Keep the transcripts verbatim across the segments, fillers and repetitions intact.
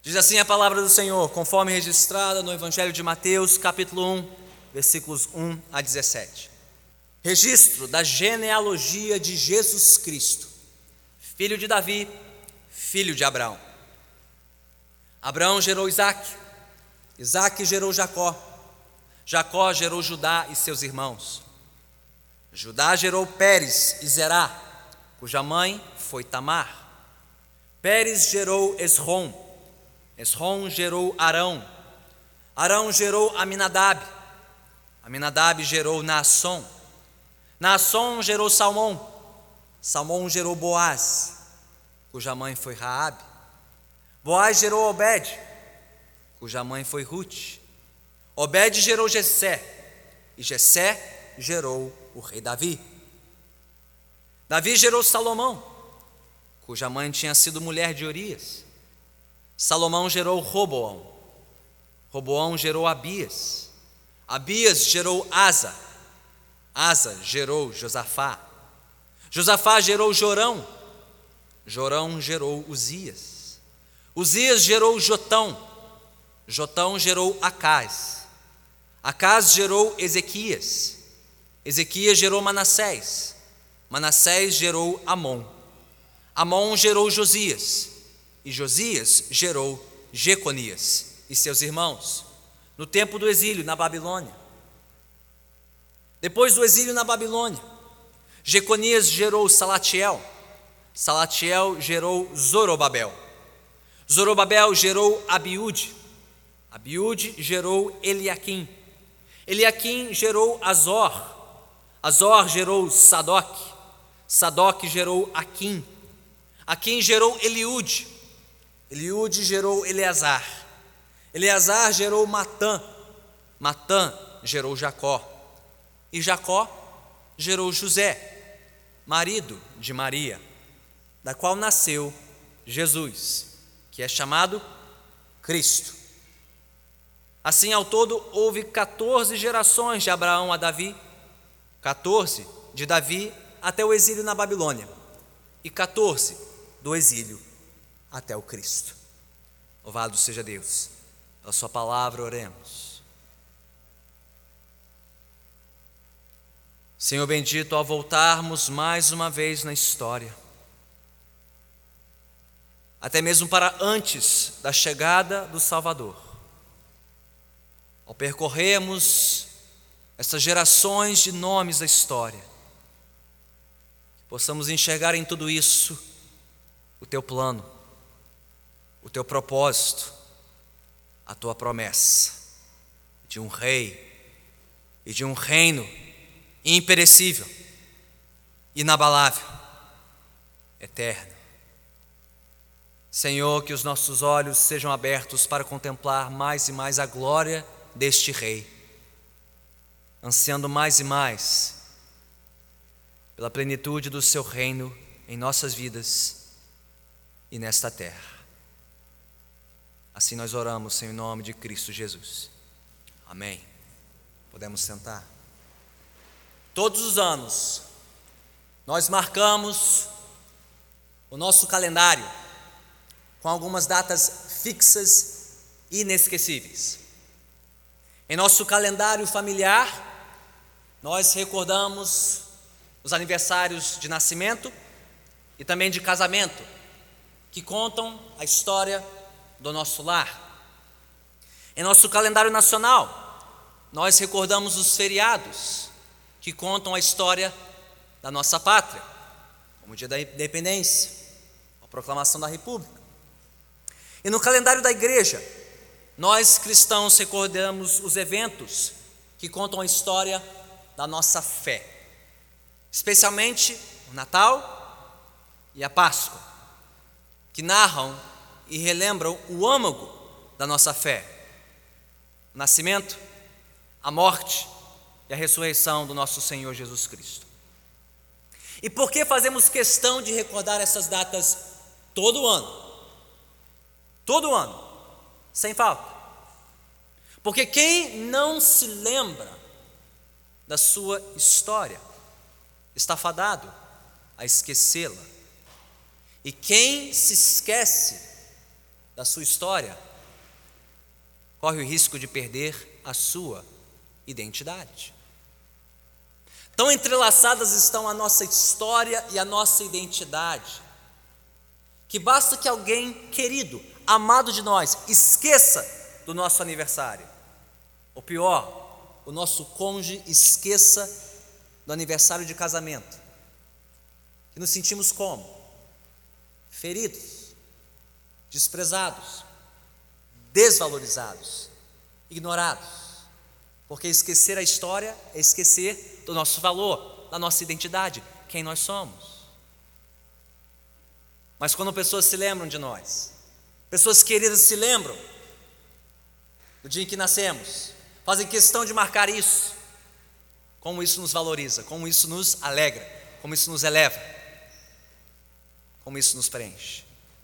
Diz assim a palavra do Senhor, conforme registrada no Evangelho de Mateus, capítulo um, versículos um a dezessete. Registro da genealogia de Jesus Cristo, filho de Davi, filho de Abraão. Abraão gerou Isaque, Isaque gerou Jacó, Jacó gerou Judá e seus irmãos. Judá gerou Pérez e Zerá, cuja mãe foi Tamar. Pérez gerou Esrom, Esrom gerou Arão, Arão gerou Aminadab, Aminadab gerou Naasson, Naasson gerou Salmão, Salmão gerou Boaz, cuja mãe foi Raabe. Boaz gerou Obed, cuja mãe foi Ruth. Obed gerou Jessé, e Jessé gerou o rei Davi. Davi gerou Salomão, cuja mãe tinha sido mulher de Urias. Salomão gerou Roboão, Roboão gerou Abias, Abias gerou Asa, Asa gerou Josafá, Josafá gerou Jorão, Jorão gerou Uzias, Uzias gerou Jotão, Jotão gerou Acás, Acás gerou Ezequias, Ezequias gerou Manassés, Manassés gerou Amon, Amon gerou Josias, e Josias gerou Jeconias e seus irmãos, no tempo do exílio na Babilônia. Depois do exílio na Babilônia, Jeconias gerou Salatiel, Salatiel gerou Zorobabel, Zorobabel gerou Abiúde, Abiúde gerou Eliaquim, Eliaquim gerou Azor, Azor gerou Sadoc, Sadoc gerou Aquim, Aquim gerou Eliúde, Eliúde gerou Eleazar, Eleazar gerou Matã, Matã gerou Jacó, e Jacó gerou José, marido de Maria, da qual nasceu Jesus, que é chamado Cristo. Assim, ao todo, houve quatorze gerações de Abraão a Davi, quatorze de Davi até o exílio na Babilônia, e quatorze do exílio até o Cristo. Louvado seja Deus, pela sua palavra oremos. Senhor bendito, ao voltarmos mais uma vez na história, até mesmo para antes da chegada do Salvador, ao percorrermos essas gerações de nomes da história, que possamos enxergar em tudo isso o teu plano, o teu propósito, a tua promessa de um rei e de um reino imperecível, inabalável, eterno. Senhor, que os nossos olhos sejam abertos para contemplar mais e mais a glória deste rei, ansiando mais e mais pela plenitude do seu reino em nossas vidas e nesta terra. Assim nós oramos em nome de Cristo Jesus. Amém. Podemos sentar. Todos os anos nós marcamos o nosso calendário com algumas datas fixas e inesquecíveis. Em nosso calendário familiar, nós recordamos os aniversários de nascimento e também de casamento, que contam a história do nosso lar. Em nosso calendário nacional, nós recordamos os feriados que contam a história da nossa pátria, como o Dia da Independência, a Proclamação da República. E no calendário da igreja, nós cristãos recordamos os eventos que contam a história da nossa fé, especialmente o Natal e a Páscoa, que narram e relembram o âmago da nossa fé, o nascimento, a morte e a ressurreição do nosso Senhor Jesus Cristo. E por que fazemos questão de recordar essas datas todo ano? Todo ano, sem falta. Porque quem não se lembra da sua história está fadado a esquecê-la. E quem se esquece da sua história, corre o risco de perder a sua identidade. Tão entrelaçadas estão a nossa história e a nossa identidade, que basta que alguém querido, amado de nós, esqueça do nosso aniversário. Ou pior, o nosso cônjuge esqueça do aniversário de casamento. E nos sentimos como? Feridos, desprezados, desvalorizados, ignorados. Porque esquecer a história é esquecer do nosso valor, da nossa identidade, quem nós somos. Mas quando pessoas se lembram de nós, pessoas queridas se lembram do dia em que nascemos, fazem questão de marcar isso, como isso nos valoriza, como isso nos alegra, como isso nos eleva, como isso nos preenche.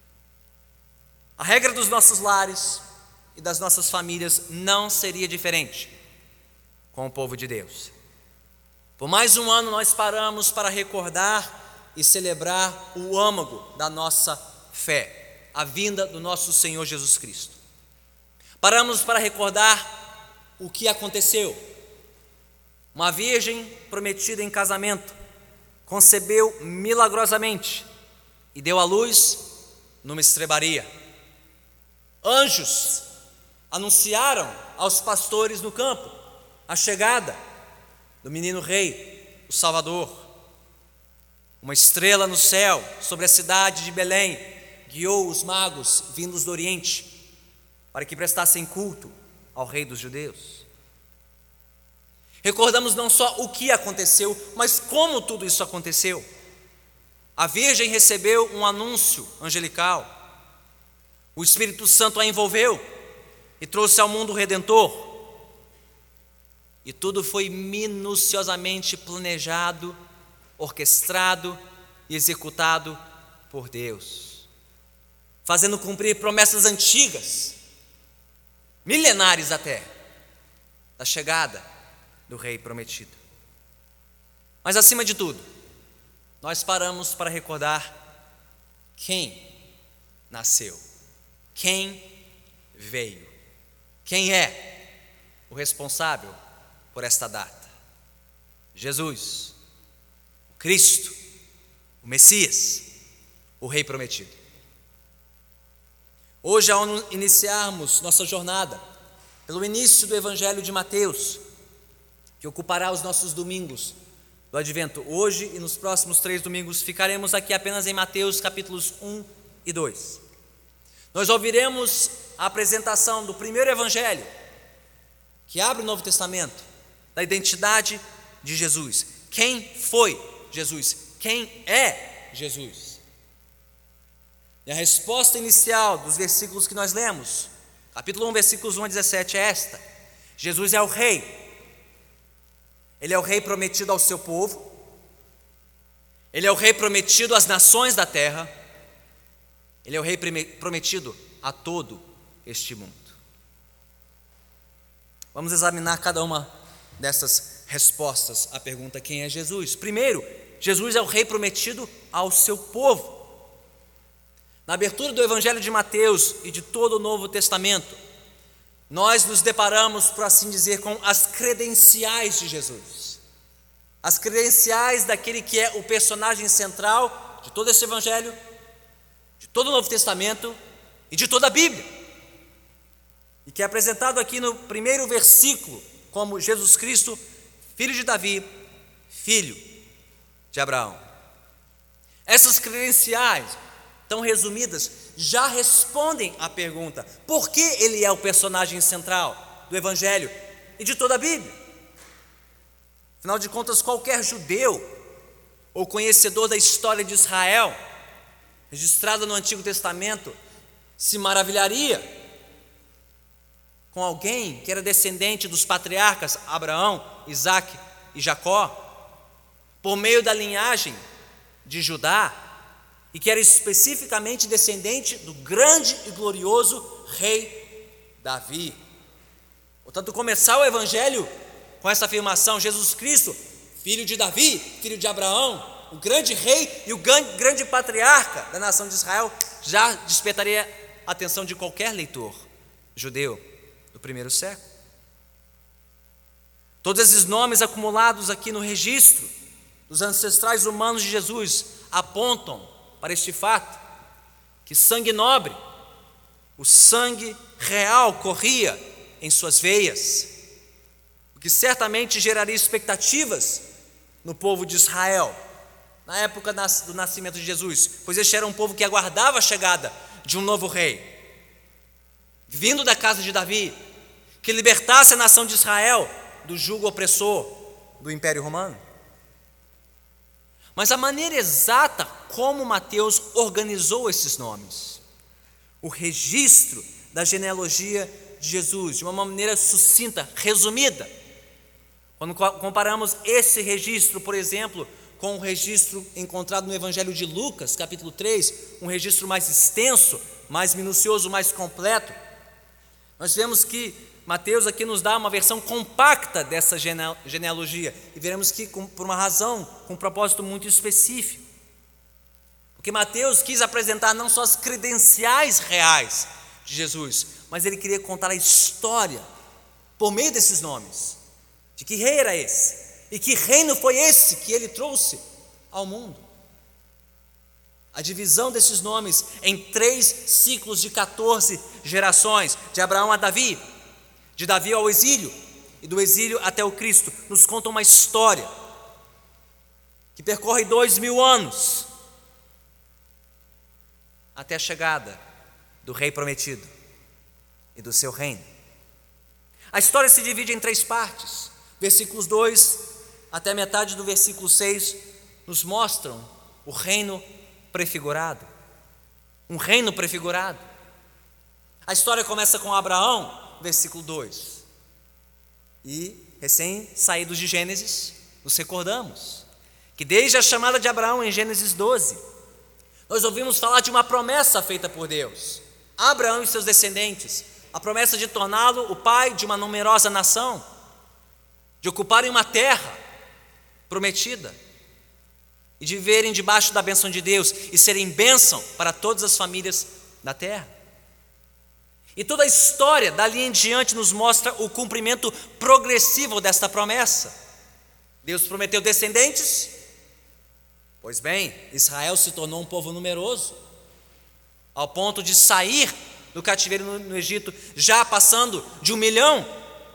A regra dos nossos lares e das nossas famílias não seria diferente com o povo de Deus. Por mais um ano nós paramos para recordar e celebrar o âmago da nossa fé, a vinda do nosso Senhor Jesus Cristo. Paramos para recordar o que aconteceu. Uma virgem prometida em casamento concebeu milagrosamente e deu à luz numa estrebaria. Anjos anunciaram aos pastores no campo a chegada do menino rei, o Salvador. Uma estrela no céu sobre a cidade de Belém guiou os magos vindos do Oriente para que prestassem culto ao rei dos judeus. Recordamos não só o que aconteceu, mas como tudo isso aconteceu. A virgem recebeu um anúncio angelical. O Espírito Santo a envolveu e trouxe ao mundo o Redentor. E tudo foi minuciosamente planejado, orquestrado e executado por Deus, fazendo cumprir promessas antigas, milenares até, da chegada do Rei prometido. Mas acima de tudo, nós paramos para recordar quem nasceu, quem veio, quem é o responsável por esta data: Jesus, Cristo, o Messias, o Rei prometido. Hoje, ao iniciarmos nossa jornada pelo início do Evangelho de Mateus, que ocupará os nossos domingos do Advento, hoje e nos próximos três domingos, ficaremos aqui apenas em Mateus capítulos um e dois. Nós ouviremos a apresentação do primeiro Evangelho, que abre o Novo Testamento, da identidade de Jesus. Quem foi Jesus? Quem é Jesus? E a resposta inicial dos versículos que nós lemos, capítulo um, versículos um a dezessete, é esta: Jesus é o Rei. Ele é o Rei prometido ao seu povo. Ele é o Rei prometido às nações da terra. Ele é o Rei prometido a todo este mundo. Vamos examinar cada uma dessas respostas à pergunta: quem é Jesus? Primeiro, Jesus é o Rei prometido ao seu povo. Na abertura do Evangelho de Mateus e de todo o Novo Testamento, nós nos deparamos, por assim dizer, com as credenciais de Jesus. As credenciais daquele que é o personagem central de todo esse Evangelho, de todo o Novo Testamento e de toda a Bíblia. E que é apresentado aqui no primeiro versículo como Jesus Cristo, filho de Davi, filho de Abraão. Essas credenciais, tão resumidas, já respondem à pergunta: por que ele é o personagem central do Evangelho e de toda a Bíblia? Afinal de contas, qualquer judeu ou conhecedor da história de Israel, registrada no Antigo Testamento, se maravilharia com alguém que era descendente dos patriarcas Abraão, Isaque e Jacó, por meio da linhagem de Judá, e que era especificamente descendente do grande e glorioso rei Davi. Portanto, começar o Evangelho com essa afirmação: Jesus Cristo, filho de Davi, filho de Abraão, o grande rei e o grande patriarca da nação de Israel, já despertaria a atenção de qualquer leitor judeu do primeiro século. Todos esses nomes acumulados aqui no registro dos ancestrais humanos de Jesus apontam para este fato, que sangue nobre, o sangue real corria em suas veias, o que certamente geraria expectativas no povo de Israel, na época do nascimento de Jesus, pois este era um povo que aguardava a chegada de um novo rei, vindo da casa de Davi, que libertasse a nação de Israel do jugo opressor do Império Romano. Mas a maneira exata como Mateus organizou esses nomes, o registro da genealogia de Jesus, de uma maneira sucinta, resumida, quando comparamos esse registro, por exemplo, com o registro encontrado no Evangelho de Lucas, capítulo três, um registro mais extenso, mais minucioso, mais completo, nós vemos que Mateus aqui nos dá uma versão compacta dessa genealogia, e veremos que por uma razão, com um propósito muito específico, porque Mateus quis apresentar não só as credenciais reais de Jesus, mas ele queria contar a história, por meio desses nomes, de que rei era esse, e que reino foi esse que ele trouxe ao mundo. A divisão desses nomes em três ciclos de quatorze gerações, de Abraão a Davi, de Davi ao exílio e do exílio até o Cristo, nos conta uma história que percorre dois mil anos até a chegada do rei prometido e do seu reino. A história se divide em três partes. Versículos dois até metade do versículo seis nos mostram o reino prefigurado, um reino prefigurado. A história começa com Abraão, versículo dois, e recém saídos de Gênesis, nos recordamos que desde a chamada de Abraão em Gênesis doze, nós ouvimos falar de uma promessa feita por Deus a Abraão e seus descendentes, a promessa de torná-lo o pai de uma numerosa nação, de ocuparem uma terra prometida e de viverem debaixo da bênção de Deus e serem bênção para todas as famílias da terra. E toda a história dali em diante nos mostra o cumprimento progressivo desta promessa. Deus prometeu descendentes, pois bem, Israel se tornou um povo numeroso, ao ponto de sair do cativeiro no, no Egito, já passando de um milhão,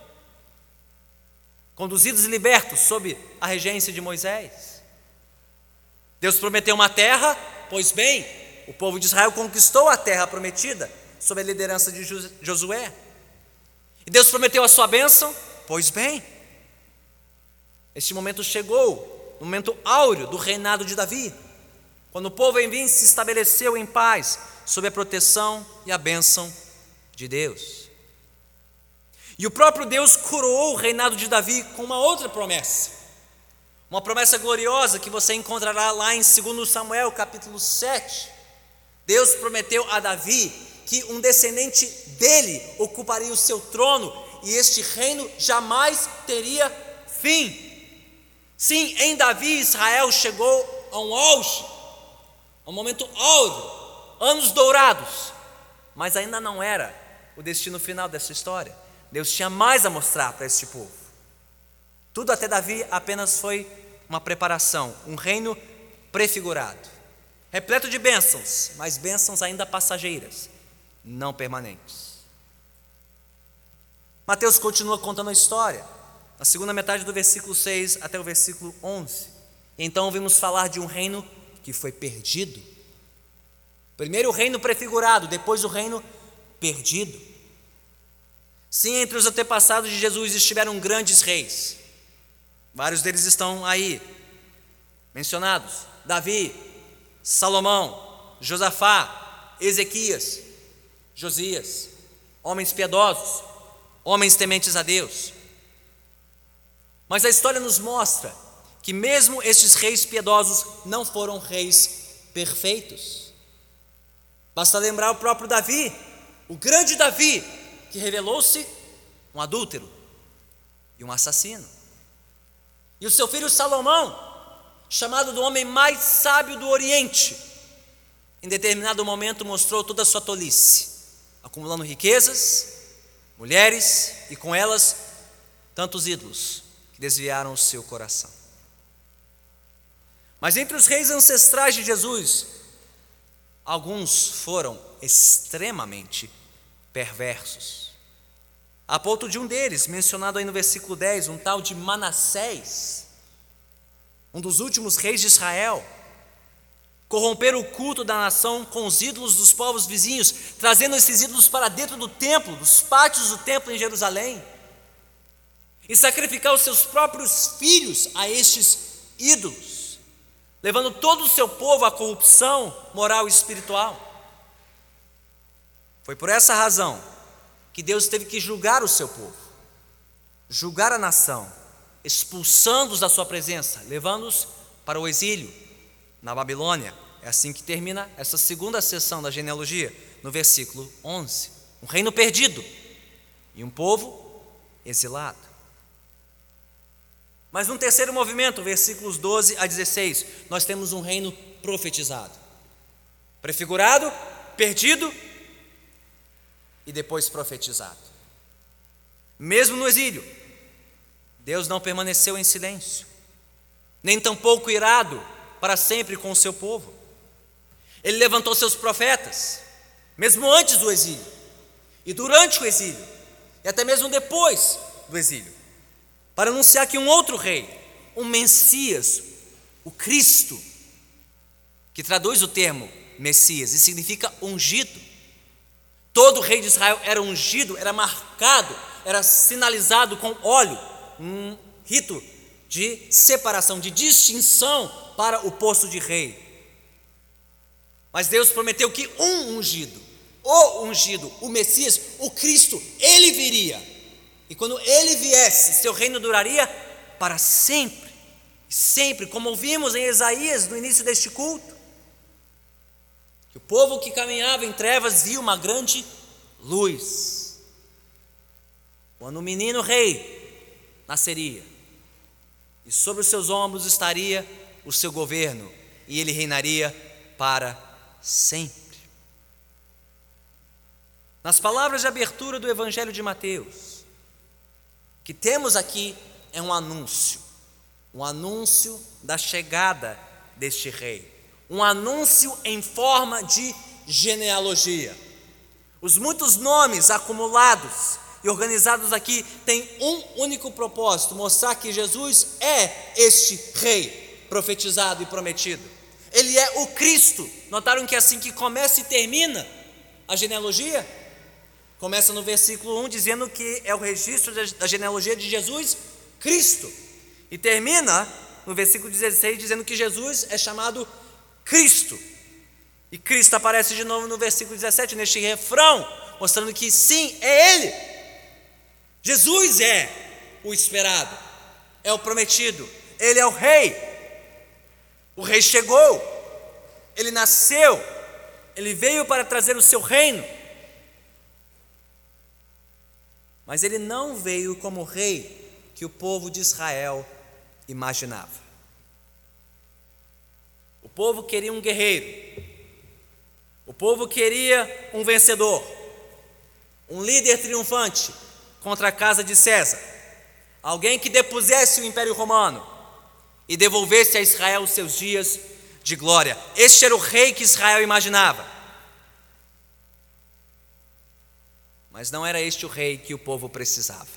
conduzidos e libertos sob a regência de Moisés. Deus prometeu uma terra, pois bem, o povo de Israel conquistou a terra prometida, sob a liderança de Josué. E Deus prometeu a sua bênção, pois bem, este momento chegou, no momento áureo do reinado de Davi, quando o povo enfim se estabeleceu em paz, sob a proteção e a bênção de Deus. E o próprio Deus coroou o reinado de Davi com uma outra promessa, uma promessa gloriosa que você encontrará lá em dois Samuel, capítulo sete. Deus prometeu a Davi que um descendente dele ocuparia o seu trono e este reino jamais teria fim. Sim, em Davi Israel chegou a um auge, a um momento áureo, anos dourados, mas ainda não era o destino final dessa história. Deus tinha mais a mostrar para este povo. Tudo até Davi apenas foi uma preparação, um reino prefigurado, repleto de bênçãos, mas bênçãos ainda passageiras, não permanentes. Mateus continua contando a história, na segunda metade do versículo seis até o versículo onze. Então ouvimos falar de um reino que foi perdido. Primeiro o reino prefigurado, depois o reino perdido. Sim, entre os antepassados de Jesus estiveram grandes reis. Vários deles estão aí mencionados: Davi, Salomão, Josafá, Ezequias, Josias, homens piedosos, homens tementes a Deus. Mas a história nos mostra que mesmo estes reis piedosos não foram reis perfeitos. Basta lembrar o próprio Davi, o grande Davi, que revelou-se um adúltero e um assassino. E o seu filho Salomão, chamado do homem mais sábio do Oriente, em determinado momento mostrou toda a sua tolice acumulando riquezas, mulheres e com elas tantos ídolos que desviaram o seu coração. Mas entre os reis ancestrais de Jesus, alguns foram extremamente perversos, a ponto de um deles, mencionado aí no versículo dez, um tal de Manassés, um dos últimos reis de Israel, corromper o culto da nação com os ídolos dos povos vizinhos, trazendo esses ídolos para dentro do templo, dos pátios do templo em Jerusalém, e sacrificar os seus próprios filhos a estes ídolos, levando todo o seu povo à corrupção moral e espiritual. Foi por essa razão que Deus teve que julgar o seu povo, julgar a nação, expulsando-os da sua presença, levando-os para o exílio na Babilônia. É assim que termina essa segunda sessão da genealogia, no versículo onze. Um reino perdido e um povo exilado. Mas no terceiro movimento, versículos doze a dezesseis, nós temos um reino profetizado, prefigurado, perdido e depois profetizado. Mesmo no exílio, Deus não permaneceu em silêncio, nem tampouco irado para sempre com o seu povo. Ele levantou seus profetas, mesmo antes do exílio, e durante o exílio, e até mesmo depois do exílio, para anunciar que um outro rei, um Messias, o Cristo, que traduz o termo Messias e significa ungido. Todo rei de Israel era ungido, era marcado, era sinalizado com óleo, um rito de separação, de distinção para o posto de rei. Mas Deus prometeu que um ungido, o ungido, o Messias, o Cristo, ele viria. E quando ele viesse, seu reino duraria para sempre, sempre, como ouvimos em Isaías no início deste culto, que o povo que caminhava em trevas viu uma grande luz, quando o menino rei nasceria, e sobre os seus ombros estaria o seu governo, e ele reinaria para sempre. Nas palavras de abertura do Evangelho de Mateus, que temos aqui é um anúncio, um anúncio da chegada deste rei, um anúncio em forma de genealogia. Os muitos nomes acumulados e organizados aqui têm um único propósito: mostrar que Jesus é este rei profetizado e prometido. Ele é o Cristo. Notaram que assim que começa e termina a genealogia, começa no versículo um dizendo que é o registro da genealogia de Jesus Cristo, e termina no versículo dezesseis dizendo que Jesus é chamado Cristo. E Cristo aparece de novo no versículo dezessete, neste refrão, mostrando que sim, é Ele. Jesus é o esperado, é o prometido, Ele é o Rei. O Rei chegou, Ele nasceu, Ele veio para trazer o seu reino. Mas Ele não veio como Rei que o povo de Israel imaginava. O povo queria um guerreiro, o povo queria um vencedor, um líder triunfante contra a casa de César, alguém que depusesse o Império Romano e devolvesse a Israel os seus dias de glória. Este era o rei que Israel imaginava. Mas não era este o rei que o povo precisava.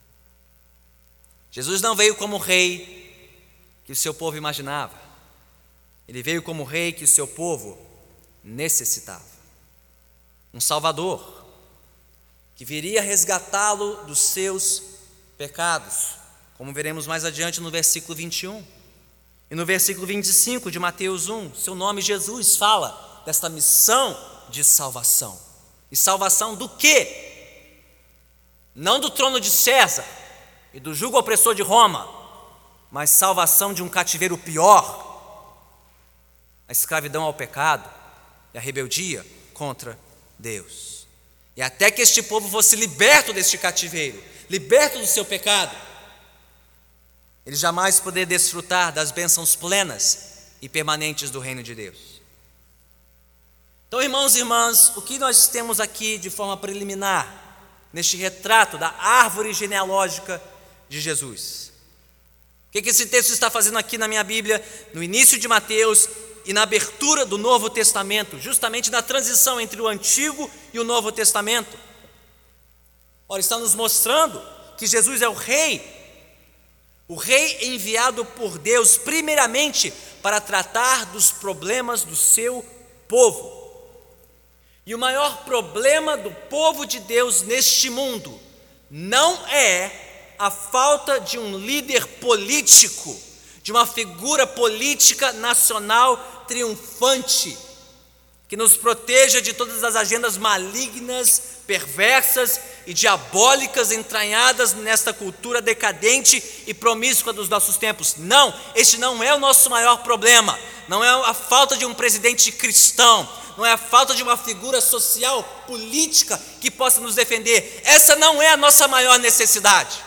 Jesus não veio como rei que o seu povo imaginava. Ele veio como rei que o seu povo necessitava. Um Salvador que viria resgatá-lo dos seus pecados, como veremos mais adiante no versículo vinte e um. E no versículo vinte e cinco de Mateus um, seu nome Jesus fala desta missão de salvação. E salvação do quê? Não do trono de César e do jugo opressor de Roma, mas salvação de um cativeiro pior, a escravidão ao pecado e a rebeldia contra Deus. E até que este povo fosse liberto deste cativeiro, liberto do seu pecado, ele jamais poderia desfrutar das bênçãos plenas e permanentes do reino de Deus. Então, irmãos e irmãs, o que nós temos aqui de forma preliminar, neste retrato da árvore genealógica de Jesus? O que esse texto está fazendo aqui na minha Bíblia, no início de Mateus e na abertura do Novo Testamento, justamente na transição entre o Antigo e o Novo Testamento? Ora, está nos mostrando que Jesus é o Rei, o Rei enviado por Deus primeiramente para tratar dos problemas do seu povo. E o maior problema do povo de Deus neste mundo não é a falta de um líder político, de uma figura política nacional triunfante, que nos proteja de todas as agendas malignas, perversas e diabólicas entranhadas nesta cultura decadente e promíscua dos nossos tempos. Não, este não é o nosso maior problema, não é a falta de um presidente cristão, não é a falta de uma figura social, política que possa nos defender. Essa não é a nossa maior necessidade.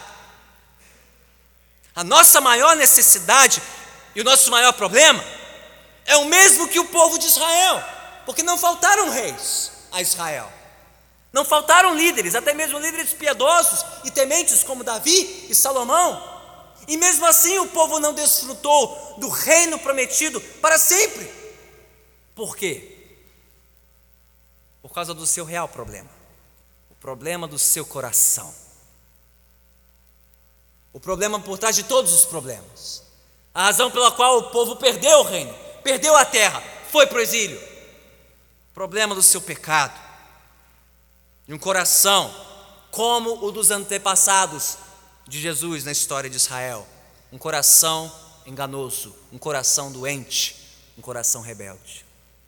A nossa maior necessidade e o nosso maior problema é o mesmo que o povo de Israel, porque não faltaram reis a Israel, não faltaram líderes, até mesmo líderes piedosos e tementes como Davi e Salomão, e mesmo assim o povo não desfrutou do reino prometido para sempre. Por quê? Por causa do seu real problema, o problema do seu coração, o problema por trás de todos os problemas, a razão pela qual o povo perdeu o reino, perdeu a terra, foi para o exílio, o problema do seu pecado, de um coração como o dos antepassados de Jesus na história de Israel, um coração enganoso, um coração doente, um coração rebelde.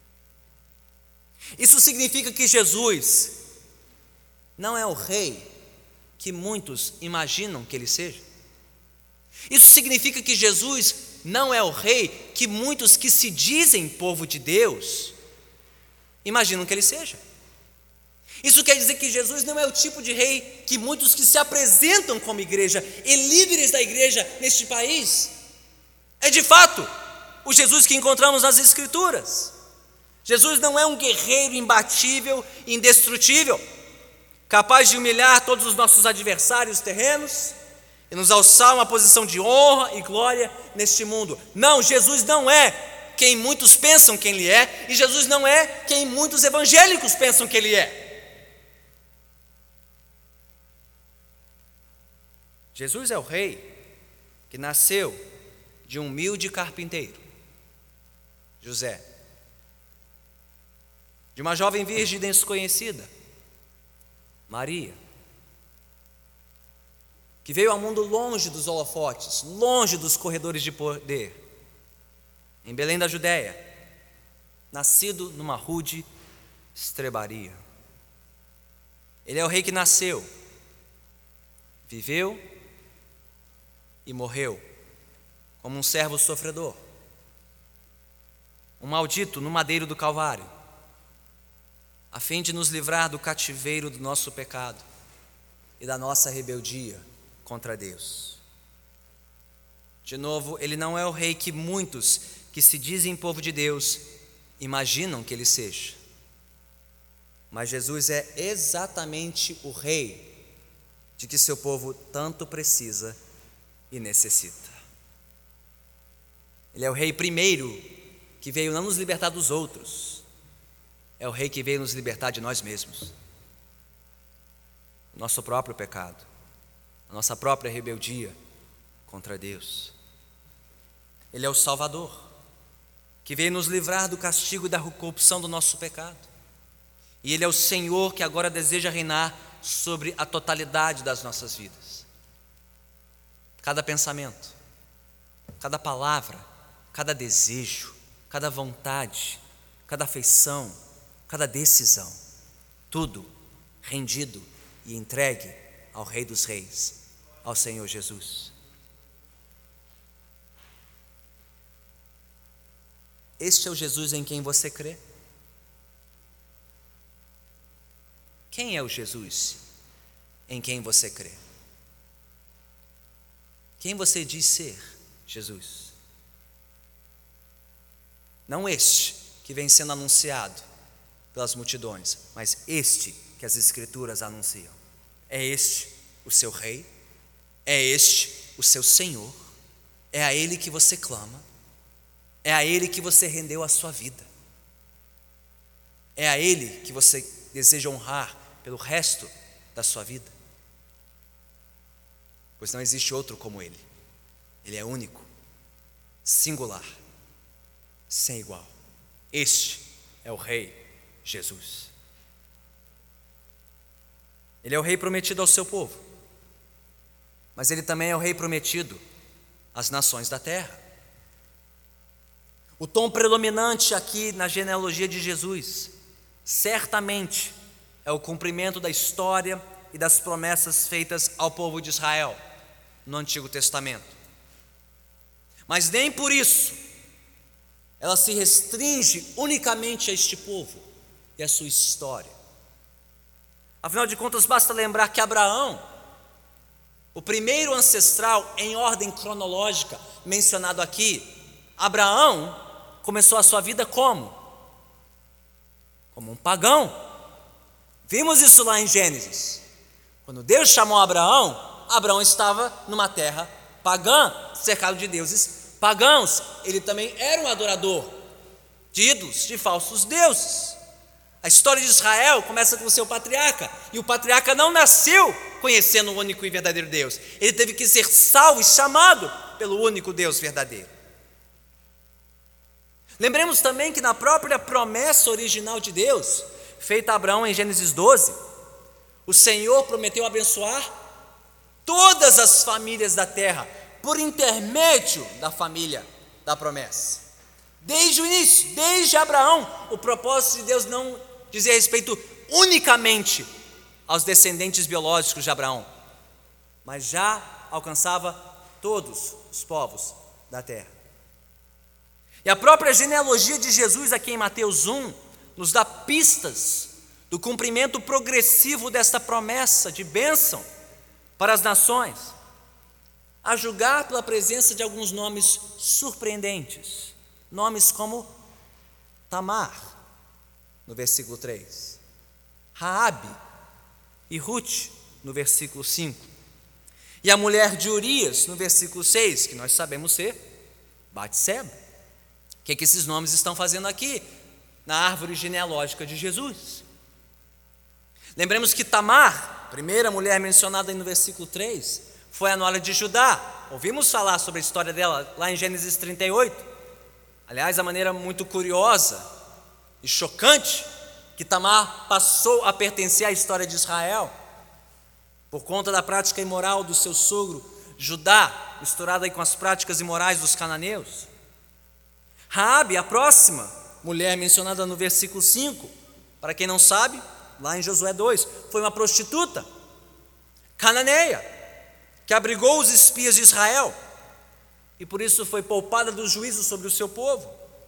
Isso significa que Jesus não é o rei que muitos imaginam que ele seja. Isso significa que Jesus não é o rei que muitos que se dizem povo de Deus imaginam que ele seja. Isso quer dizer que Jesus não é o tipo de rei que muitos que se apresentam como igreja e líderes da igreja neste país é de fato o Jesus que encontramos nas Escrituras. Jesus não é um guerreiro imbatível e indestrutível, capaz de humilhar todos os nossos adversários terrenos e nos alçar uma posição de honra e glória neste mundo. Não, Jesus não é quem muitos pensam que ele é, e Jesus não é quem muitos evangélicos pensam que ele é. Jesus é o rei que nasceu de um humilde carpinteiro, José, de uma jovem virgem desconhecida, Maria, que veio ao mundo longe dos holofotes, longe dos corredores de poder, em Belém da Judéia, nascido numa rude estrebaria. Ele é o rei que nasceu, viveu e morreu como um servo sofredor, um maldito no madeiro do Calvário, a fim de nos livrar do cativeiro do nosso pecado e da nossa rebeldia contra Deus. De novo, ele não é o rei que muitos que se dizem povo de Deus imaginam que ele seja, mas Jesus é exatamente o rei de que seu povo tanto precisa e necessita. Ele é o rei primeiro que veio não nos libertar dos outros, é o rei que veio nos libertar de nós mesmos, nosso próprio pecado, a nossa própria rebeldia contra Deus. Ele é o Salvador, que veio nos livrar do castigo e da corrupção do nosso pecado. E Ele é o Senhor que agora deseja reinar sobre a totalidade das nossas vidas. Cada pensamento, cada palavra, cada desejo, cada vontade, cada afeição, cada decisão, tudo rendido e entregue ao Rei dos Reis, ao Senhor Jesus. Este é o Jesus em quem você crê? Quem é o Jesus em quem você crê? Quem você diz ser Jesus? Não este que vem sendo anunciado pelas multidões, mas este que as Escrituras anunciam. É este o seu Rei, é este o seu Senhor, é a Ele que você clama, é a Ele que você rendeu a sua vida, é a Ele que você deseja honrar pelo resto da sua vida, pois não existe outro como Ele. Ele é único, singular, sem igual. Este é o Rei Jesus. Ele é o Rei prometido ao seu povo, mas Ele também é o Rei prometido às nações da terra. O tom predominante aqui na genealogia de Jesus, certamente, é o cumprimento da história e das promessas feitas ao povo de Israel no Antigo Testamento. Mas nem por isso ela se restringe unicamente a este povo e a sua história. Afinal de contas, basta lembrar que Abraão, o primeiro ancestral em ordem cronológica mencionado aqui, Abraão começou a sua vida como? Como um pagão. Vimos isso lá em Gênesis. Quando Deus chamou Abraão, Abraão estava numa terra pagã, cercado de deuses pagãos. Ele também era um adorador de ídolos, de falsos deuses. A história de Israel começa com o seu patriarca, e o patriarca não nasceu conhecendo o único e verdadeiro Deus. Ele teve que ser salvo e chamado pelo único Deus verdadeiro. Lembremos também que na própria promessa original de Deus, feita a Abraão em Gênesis doze, o Senhor prometeu abençoar todas as famílias da terra, por intermédio da família da promessa. Desde o início, desde Abraão, o propósito de Deus não dizia respeito unicamente aos descendentes biológicos de Abraão, mas já alcançava todos os povos da terra. E a própria genealogia de Jesus aqui em Mateus um nos dá pistas do cumprimento progressivo desta promessa de bênção para as nações, a julgar pela presença de alguns nomes surpreendentes, nomes como Tamar, no versículo três, Raabe e Ruth, no versículo cinco, e a mulher de Urias, no versículo seis, que nós sabemos ser Batseba. O que é que esses nomes estão fazendo aqui na árvore genealógica de Jesus? Lembremos que Tamar, primeira mulher mencionada aí no versículo três, foi a nora de Judá. Ouvimos falar sobre a história dela lá em Gênesis trinta e oito. Aliás, a maneira muito curiosa e chocante que Tamar passou a pertencer à história de Israel, por conta da prática imoral do seu sogro Judá, misturada aí com as práticas imorais dos cananeus. Raabe, a próxima mulher mencionada no versículo cinco, para quem não sabe, lá em Josué dois, foi uma prostituta cananeia, que abrigou os espias de Israel, e por isso foi poupada do juízo sobre o seu povo.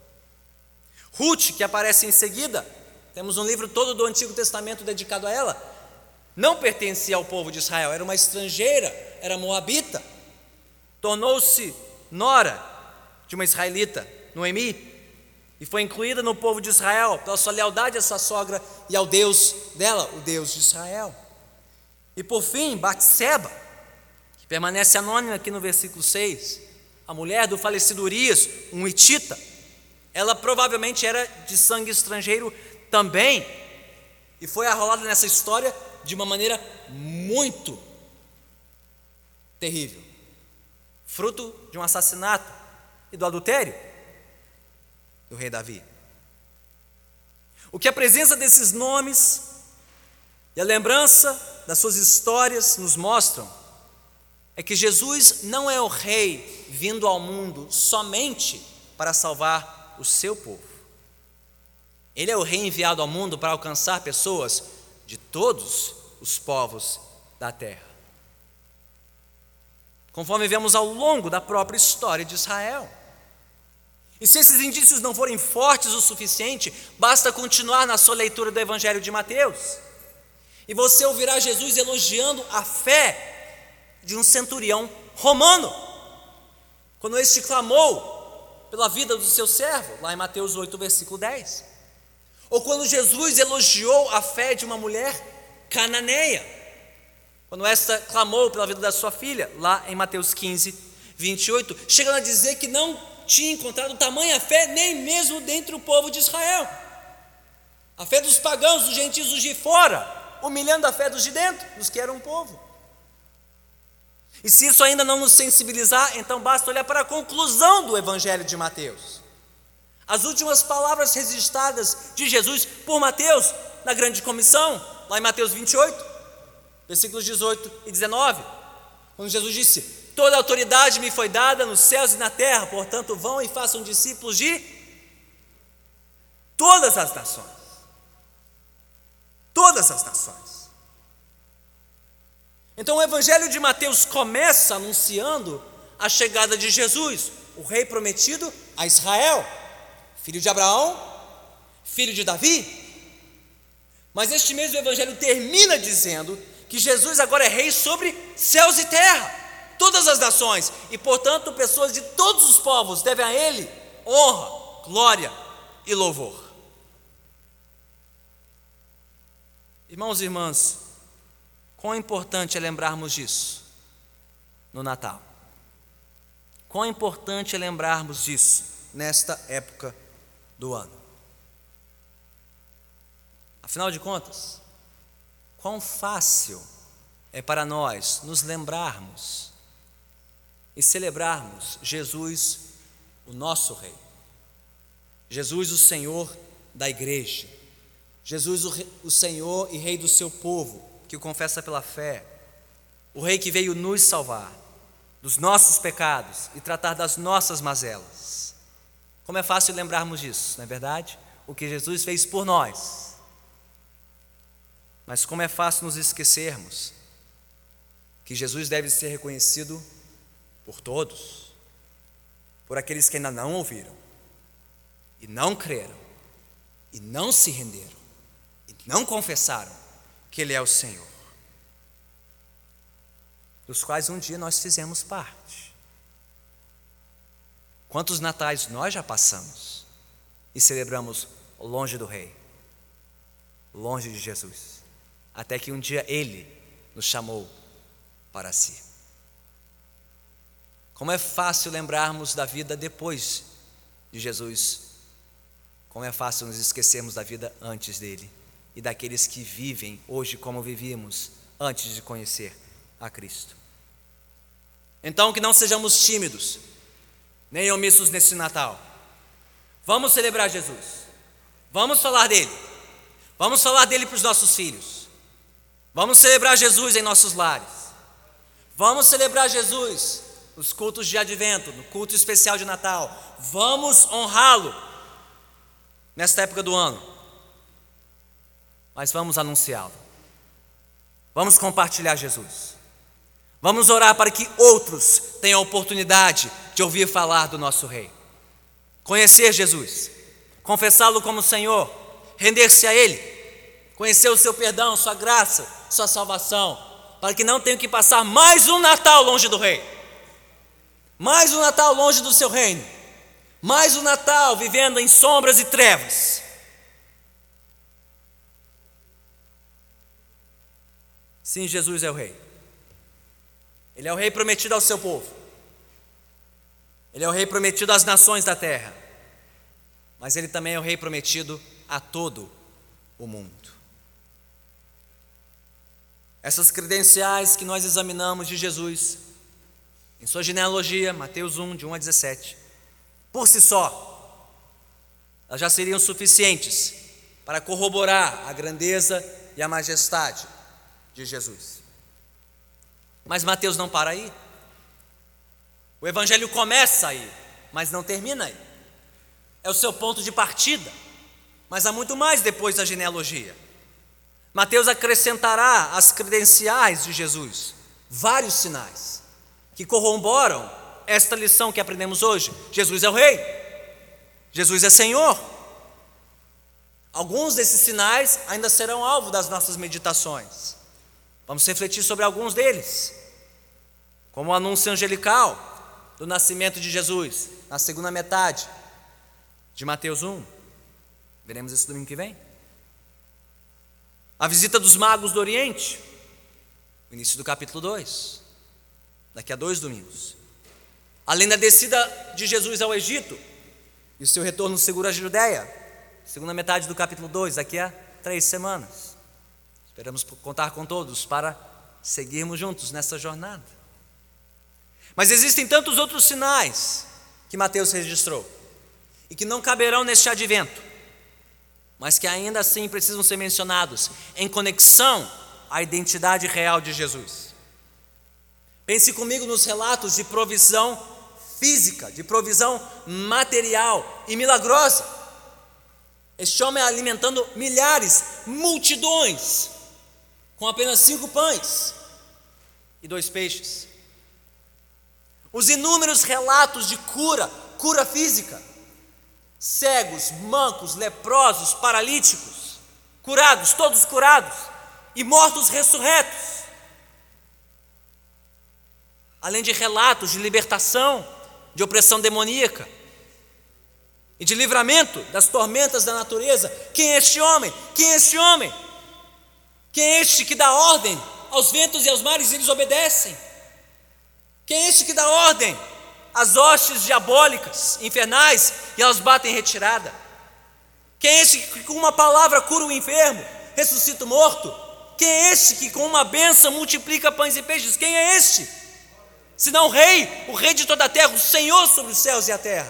Ruth, que aparece em seguida, temos um livro todo do Antigo Testamento dedicado a ela, não pertencia ao povo de Israel, era uma estrangeira, era moabita, tornou-se nora de uma israelita, Noemi, e foi incluída no povo de Israel pela sua lealdade à sua sogra e ao Deus dela, o Deus de Israel. E por fim, Batseba, que permanece anônima aqui no versículo seis, a mulher do falecido Urias, um hitita, ela provavelmente era de sangue estrangeiro também, e foi arrolada nessa história de uma maneira muito terrível, fruto de um assassinato e do adultério do rei Davi. O que a presença desses nomes e a lembrança das suas histórias nos mostram é que Jesus não é o rei vindo ao mundo somente para salvar o seu povo. Ele é o rei enviado ao mundo para alcançar pessoas de todos os povos da terra, conforme vemos ao longo da própria história de Israel. E se esses indícios não forem fortes o suficiente, basta continuar na sua leitura do Evangelho de Mateus, e você ouvirá Jesus elogiando a fé de um centurião romano, quando este clamou pela vida do seu servo, lá em Mateus oito, versículo dez. ou quando Jesus elogiou a fé de uma mulher cananeia, quando esta clamou pela vida da sua filha, lá em Mateus quinze, vinte e oito, chegando a dizer que não tinha encontrado tamanha fé nem mesmo dentre o povo de Israel. A fé dos pagãos, dos gentios, dos de fora, humilhando a fé dos de dentro, dos que eram povo. E se isso ainda não nos sensibilizar, então basta olhar para a conclusão do Evangelho de Mateus. As últimas palavras registradas de Jesus por Mateus na grande comissão, lá em Mateus vinte e oito, versículos dezoito e dezenove, quando Jesus disse: toda autoridade me foi dada nos céus e na terra, portanto vão e façam discípulos de todas as nações. Todas as nações. Então o Evangelho de Mateus começa anunciando a chegada de Jesus, o rei prometido a Israel, filho de Abraão, filho de Davi. Mas este mesmo Evangelho termina dizendo que Jesus agora é rei sobre céus e terra, todas as nações, e portanto pessoas de todos os povos devem a Ele honra, glória e louvor. Irmãos e irmãs, quão importante é lembrarmos disso no Natal. Quão importante é lembrarmos disso nesta época do ano. Afinal de contas, quão fácil é para nós nos lembrarmos e celebrarmos Jesus, o nosso Rei, Jesus, o Senhor da igreja, Jesus, o, Rei, o Senhor e Rei do seu povo, que o confessa pela fé, o Rei que veio nos salvar dos nossos pecados e tratar das nossas mazelas. Como é fácil lembrarmos disso, não é verdade? O que Jesus fez por nós. Mas como é fácil nos esquecermos que Jesus deve ser reconhecido por todos, por aqueles que ainda não ouviram, e não creram, e não se renderam, e não confessaram que Ele é o Senhor, dos quais um dia nós fizemos parte. Quantos natais nós já passamos e celebramos longe do Rei, longe de Jesus, até que um dia Ele nos chamou para si. Como é fácil lembrarmos da vida depois de Jesus, como é fácil nos esquecermos da vida antes dele e daqueles que vivem hoje como vivíamos antes de conhecer a Cristo. Então, que não sejamos tímidos, nem omissos nesse Natal. Vamos celebrar Jesus, vamos falar dele, vamos falar dele para os nossos filhos, vamos celebrar Jesus em nossos lares, vamos celebrar Jesus nos cultos de advento, no culto especial de Natal, vamos honrá-lo nesta época do ano. Mas vamos anunciá-lo, vamos compartilhar Jesus, vamos orar para que outros tenham a oportunidade de ouvir falar do nosso Rei, conhecer Jesus, confessá-lo como Senhor, render-se a Ele, conhecer o seu perdão, sua graça, sua salvação, para que não tenham que passar mais um Natal longe do Rei, mais um Natal longe do seu reino, mais um Natal vivendo em sombras e trevas. Sim, Jesus é o Rei. Ele é o Rei prometido ao seu povo. Ele é o Rei prometido às nações da terra. Mas Ele também é o Rei prometido a todo o mundo. Essas credenciais que nós examinamos de Jesus, em sua genealogia, Mateus um, de um a dezessete, por si só, elas já seriam suficientes para corroborar a grandeza e a majestade de Jesus. Mas Mateus não para aí. O Evangelho começa aí, mas não termina aí. É o seu ponto de partida, mas há muito mais depois da genealogia. Mateus acrescentará as credenciais de Jesus, vários sinais que corroboram esta lição que aprendemos hoje. Jesus é o Rei, Jesus é Senhor. Alguns desses sinais ainda serão alvo das nossas meditações. Vamos refletir sobre alguns deles, como o anúncio angelical do nascimento de Jesus, na segunda metade de Mateus um. Veremos isso domingo que vem. A visita dos magos do Oriente, o início do capítulo dois, daqui a dois domingos. Além da descida de Jesus ao Egito e o seu retorno seguro à Judéia, segunda metade do capítulo dois, daqui a três semanas. Esperamos contar com todos para seguirmos juntos nessa jornada. Mas existem tantos outros sinais que Mateus registrou e que não caberão neste advento, mas que ainda assim precisam ser mencionados em conexão à identidade real de Jesus. Pense comigo nos relatos de provisão física, de provisão material e milagrosa. Este homem alimentando milhares, multidões, com apenas cinco pães e dois peixes. Os inúmeros relatos de cura, cura física, cegos, mancos, leprosos, paralíticos, curados, todos curados, e mortos ressurretos. Além de relatos de libertação, de opressão demoníaca e de livramento das tormentas da natureza. Quem é este homem? Quem é este homem? Quem é este que dá ordem aos ventos e aos mares e eles obedecem? Quem é este que dá ordem às hostes diabólicas, infernais, e elas batem em retirada? Quem é este que com uma palavra cura o enfermo, ressuscita o morto? Quem é este que com uma bênção multiplica pães e peixes? Quem é este? Senão o rei, o rei de toda a terra, o Senhor sobre os céus e a terra.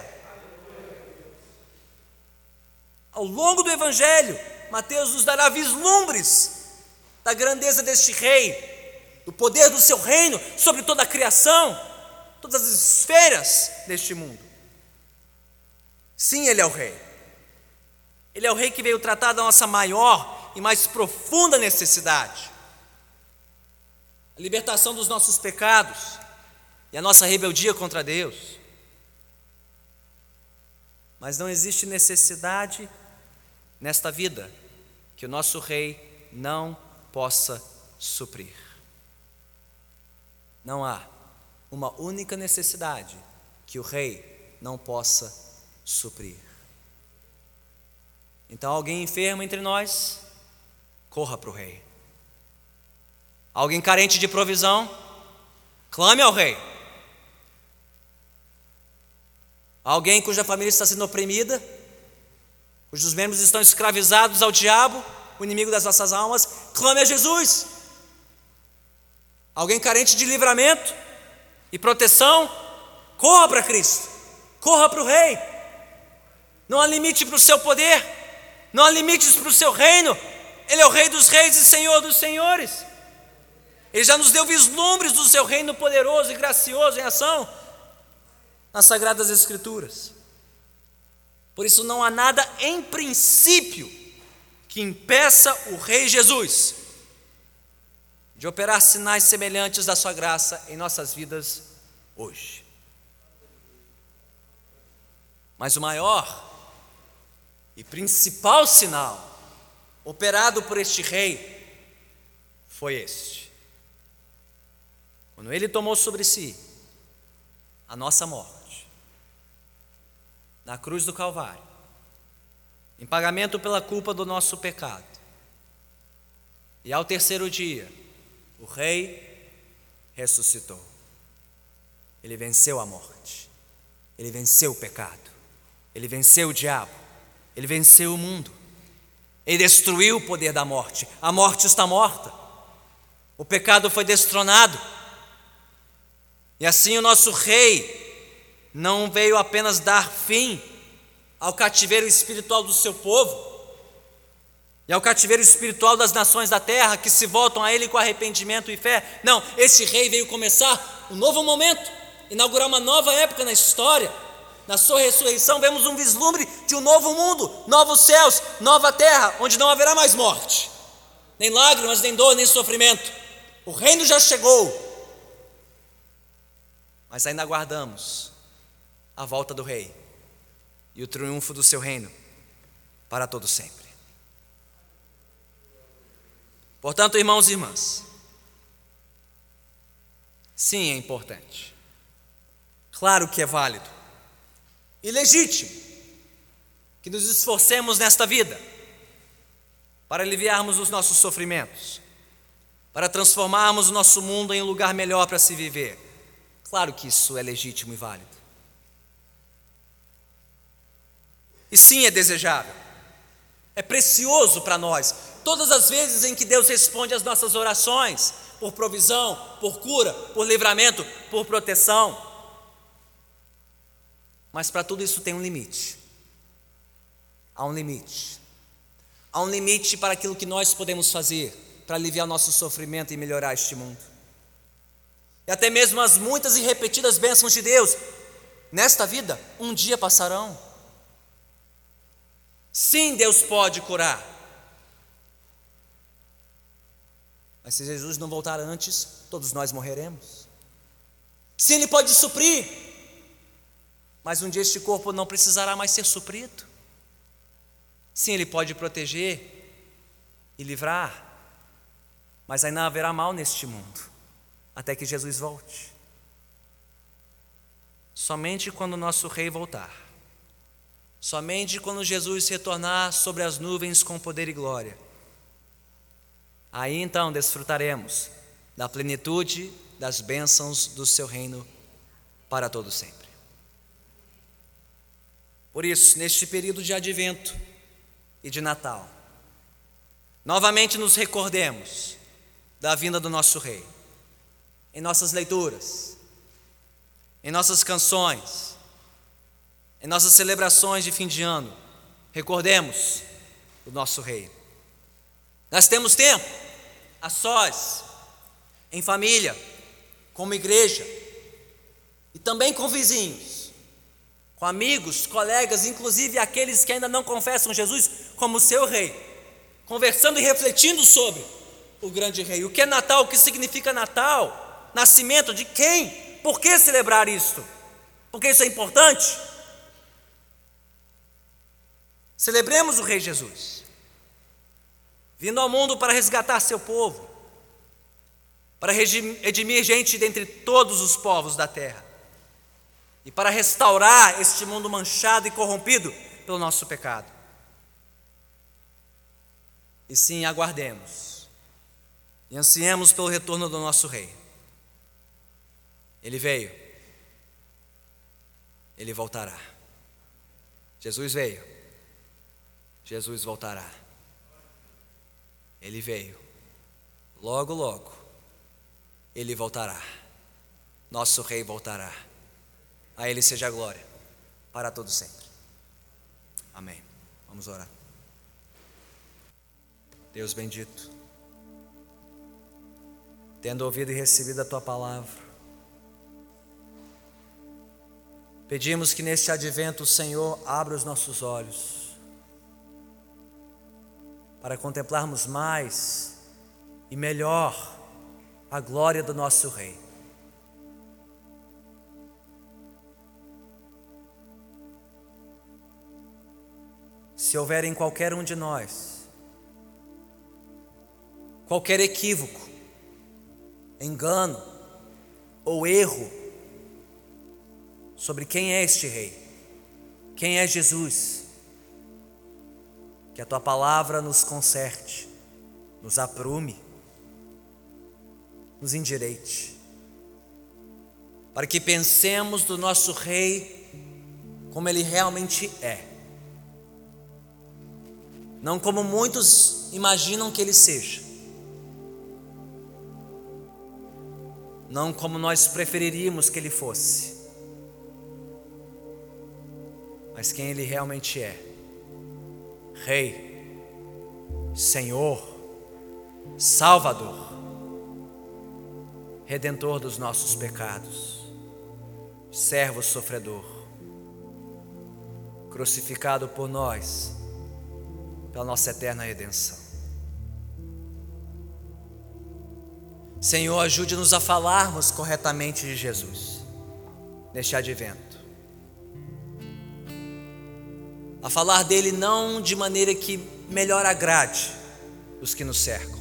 Ao longo do Evangelho, Mateus nos dará vislumbres da grandeza deste rei, do poder do seu reino sobre toda a criação, todas as esferas deste mundo. Sim, ele é o rei. Ele é o rei que veio tratar da nossa maior e mais profunda necessidade, a libertação dos nossos pecados e a nossa rebeldia contra Deus. Mas não existe necessidade nesta vida que o nosso rei não possa suprir. Não há uma única necessidade que o rei não possa suprir. Então, alguém enfermo entre nós, corra para o rei. Alguém carente de provisão, clame ao rei. Alguém cuja família está sendo oprimida, cujos membros estão escravizados ao diabo, o inimigo das nossas almas, clame a Jesus. Alguém carente de livramento e proteção, corra para Cristo, corra para o rei. Não há limite para o seu poder, não há limites para o seu reino. Ele é o rei dos reis e senhor dos senhores. Ele já nos deu vislumbres do seu reino poderoso e gracioso em ação nas Sagradas Escrituras. Por isso não há nada em princípio que impeça o Rei Jesus de operar sinais semelhantes da sua graça em nossas vidas hoje. Mas o maior e principal sinal operado por este rei foi este: quando ele tomou sobre si a nossa morte na cruz do Calvário, em pagamento pela culpa do nosso pecado, e ao terceiro dia o rei ressuscitou. Ele venceu a morte, ele venceu o pecado, ele venceu o diabo, ele venceu o mundo, ele destruiu o poder da morte. A morte está morta, o pecado foi destronado, e assim o nosso rei não veio apenas dar fim ao cativeiro espiritual do seu povo e ao cativeiro espiritual das nações da terra que se voltam a ele com arrependimento e fé. Não, esse rei veio começar um novo momento, inaugurar uma nova época na história. Na sua ressurreição vemos um vislumbre de um novo mundo, novos céus, nova terra, onde não haverá mais morte, nem lágrimas, nem dor, nem sofrimento. O reino já chegou, mas ainda aguardamos a volta do rei e o triunfo do seu reino para todo sempre. Portanto, irmãos e irmãs, sim, é importante, claro que é válido e legítimo que nos esforcemos nesta vida para aliviarmos os nossos sofrimentos, para transformarmos o nosso mundo em um lugar melhor para se viver. Claro que isso é legítimo e válido. E sim, é desejável, é precioso para nós. Todas as vezes em que Deus responde às nossas orações, por provisão, por cura, por livramento, por proteção. Mas para tudo isso tem um limite. Há um limite. Há um limite para aquilo que nós podemos fazer para aliviar nosso sofrimento e melhorar este mundo. E até mesmo as muitas e repetidas bênçãos de Deus nesta vida, um dia passarão. Sim, Deus pode curar. Mas se Jesus não voltar antes, todos nós morreremos. Sim, Ele pode suprir. Mas um dia este corpo não precisará mais ser suprido. Sim, Ele pode proteger e livrar. Mas ainda haverá mal neste mundo, até que Jesus volte. Somente quando o nosso Rei voltar, somente quando Jesus retornar sobre as nuvens com poder e glória, aí então desfrutaremos da plenitude das bênçãos do seu reino para todo sempre. Por isso, neste período de advento e de Natal, novamente nos recordemos da vinda do nosso Rei, em nossas leituras, em nossas canções, em nossas celebrações de fim de ano. Recordemos o nosso Rei. Nós temos tempo, a sós, em família, como igreja, e também com vizinhos, com amigos, colegas, inclusive aqueles que ainda não confessam Jesus como seu Rei, conversando e refletindo sobre o grande Rei. O que é Natal? O que significa Natal? Nascimento de quem? Por que celebrar isto? Porque isso é importante? Celebremos o Rei Jesus, vindo ao mundo para resgatar seu povo, para redimir gente dentre todos os povos da terra e para restaurar este mundo manchado e corrompido pelo nosso pecado. E sim, aguardemos e ansiemos pelo retorno do nosso Rei. Ele veio, Ele voltará. Jesus veio, Jesus voltará. Ele veio, logo, logo, Ele voltará. Nosso Rei voltará. A Ele seja a glória, para todo sempre. Amém. Vamos orar. Deus bendito, tendo ouvido e recebido a Tua palavra, pedimos que neste advento o Senhor abra os nossos olhos para contemplarmos mais e melhor a glória do nosso Rei. Se houver em qualquer um de nós qualquer equívoco, engano ou erro sobre quem é este Rei, quem é Jesus, que a Tua palavra nos conserte, nos aprume, nos endireite, para que pensemos do nosso Rei como Ele realmente é, não como muitos imaginam que Ele seja, não como nós preferiríamos que Ele fosse, mas quem Ele realmente é: Rei, Senhor, Salvador, Redentor dos nossos pecados, servo sofredor, crucificado por nós, pela nossa eterna redenção. Senhor, ajude-nos a falarmos corretamente de Jesus neste advento, a falar dele não de maneira que melhor agrade os que nos cercam,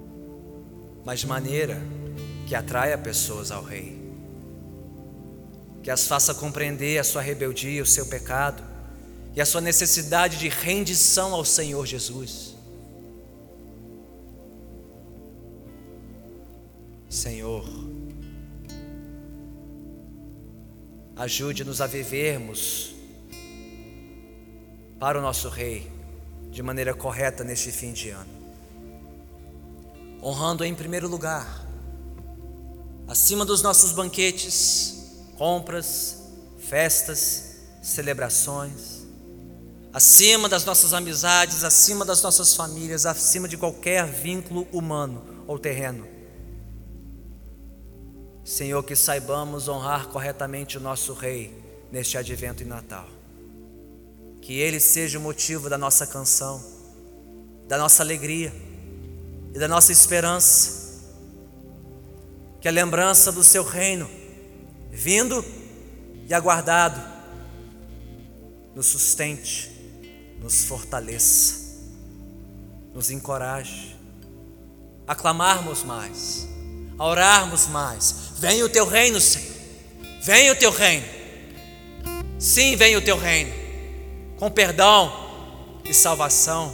mas de maneira que atraia pessoas ao Rei. que as faça compreender a sua rebeldia, o seu pecado e a sua necessidade de rendição ao Senhor Jesus. Senhor, ajude-nos a vivermos para o nosso Rei de maneira correta neste fim de ano, honrando em primeiro lugar, acima dos nossos banquetes, compras, festas, celebrações, acima das nossas amizades, acima das nossas famílias, acima de qualquer vínculo humano ou terreno. Senhor, que saibamos honrar corretamente o nosso Rei neste advento e Natal. Que Ele seja o motivo da nossa canção, da nossa alegria e da nossa esperança. Que a lembrança do Seu reino, vindo e aguardado, nos sustente, nos fortaleça, nos encoraje a clamarmos mais, a orarmos mais. Venha o Teu reino, Senhor, venha o Teu reino. Sim, venha o Teu reino, com perdão e salvação,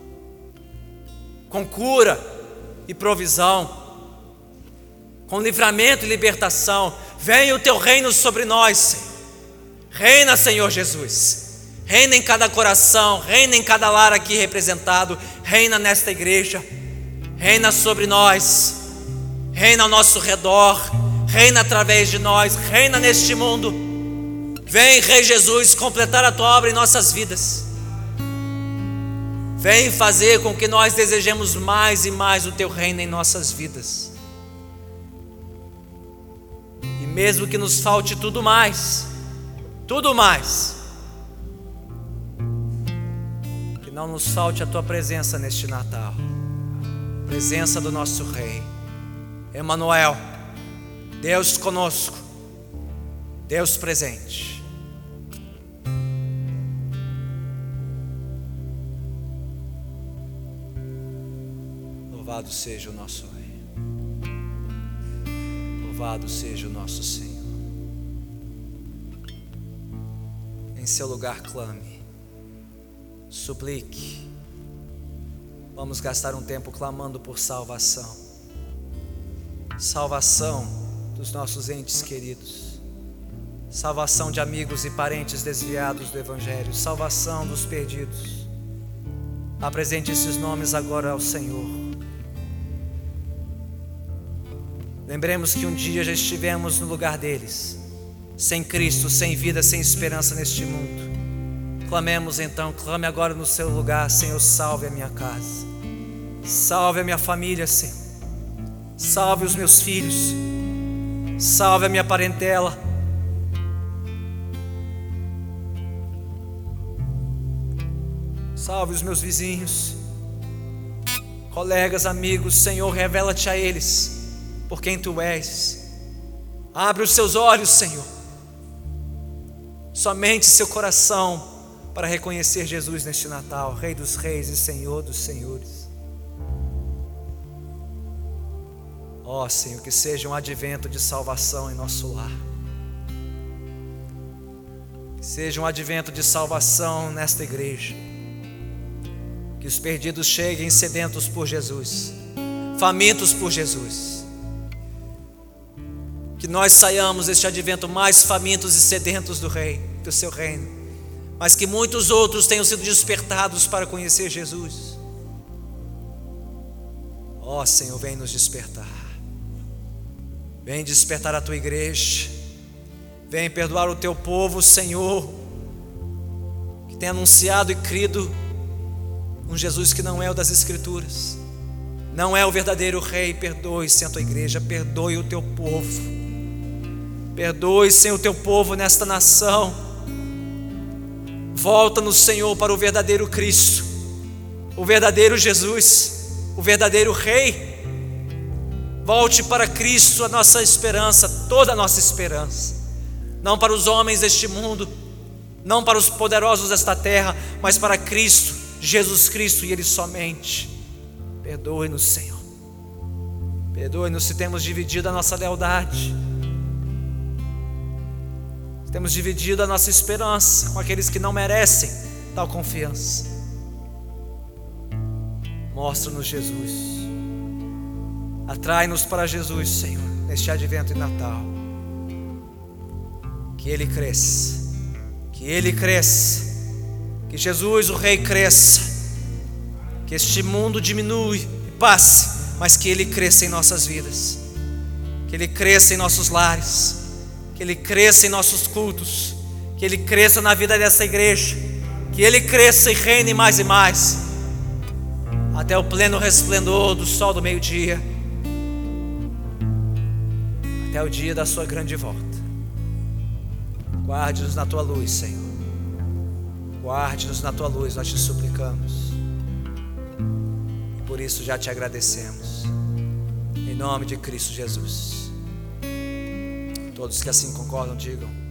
com cura e provisão, com livramento e libertação. Venha o Teu reino sobre nós, Senhor. Reina, Senhor Jesus, reina em cada coração, reina em cada lar aqui representado, reina nesta igreja, reina sobre nós, reina ao nosso redor, reina através de nós, reina neste mundo. Vem, Rei Jesus, completar a Tua obra em nossas vidas. Vem fazer com que nós desejemos mais e mais o Teu reino em nossas vidas. E mesmo que nos falte tudo mais, tudo mais, que não nos falte a Tua presença neste Natal, presença do nosso Rei, Emanuel, Deus conosco, Deus presente. Louvado seja o nosso Rei, louvado seja o nosso Senhor. Em seu lugar clame, suplique. Vamos gastar um tempo clamando por salvação, salvação dos nossos entes queridos, salvação de amigos e parentes desviados do Evangelho, salvação dos perdidos. Apresente esses nomes agora ao Senhor. Lembremos que um dia já estivemos no lugar deles, sem Cristo, sem vida, sem esperança neste mundo. Clamemos então, clame agora no seu lugar: Senhor, salve a minha casa, salve a minha família, Senhor, salve os meus filhos, salve a minha parentela, salve os meus vizinhos, colegas, amigos. Senhor, revela-te a eles por quem Tu és. Abre os seus olhos, Senhor, somente seu coração, para reconhecer Jesus neste Natal, Rei dos reis e Senhor dos senhores. Ó Senhor, que seja um advento de salvação em nosso lar, que seja um advento de salvação nesta igreja, que os perdidos cheguem sedentos por Jesus, famintos por Jesus, que nós saiamos deste advento mais famintos e sedentos do Rei, do seu reino, mas que muitos outros tenham sido despertados para conhecer Jesus. Ó Senhor, vem nos despertar, vem despertar a Tua igreja, vem perdoar o Teu povo, Senhor, que tem anunciado e crido um Jesus que não é o das Escrituras, não é o verdadeiro Rei. Perdoe-se a Tua igreja, perdoe o Teu povo, perdoe, Senhor, o Teu povo nesta nação. Volta-nos, Senhor, para o verdadeiro Cristo, o verdadeiro Jesus, o verdadeiro Rei. Volte para Cristo a nossa esperança, toda a nossa esperança, não para os homens deste mundo, não para os poderosos desta terra, mas para Cristo, Jesus Cristo e Ele somente. Perdoe-nos, Senhor, perdoe-nos se temos dividido a nossa lealdade, Temos dividido a nossa esperança com aqueles que não merecem tal confiança. Mostra-nos Jesus. Atrai-nos para Jesus, Senhor, neste advento e Natal. Que Ele cresça, que Ele cresça, que Jesus, o Rei, cresça, que este mundo diminui e passe, mas que Ele cresça em nossas vidas, que Ele cresça em nossos lares, que Ele cresça em nossos cultos, que Ele cresça na vida dessa igreja, que Ele cresça e reine mais e mais, até o pleno resplendor do sol do meio-dia, até o dia da sua grande volta. Guarde-nos na Tua luz, Senhor. Guarde-nos na Tua luz, nós te suplicamos. E por isso já te agradecemos. Em nome de Cristo Jesus. Todos que assim concordam, digam.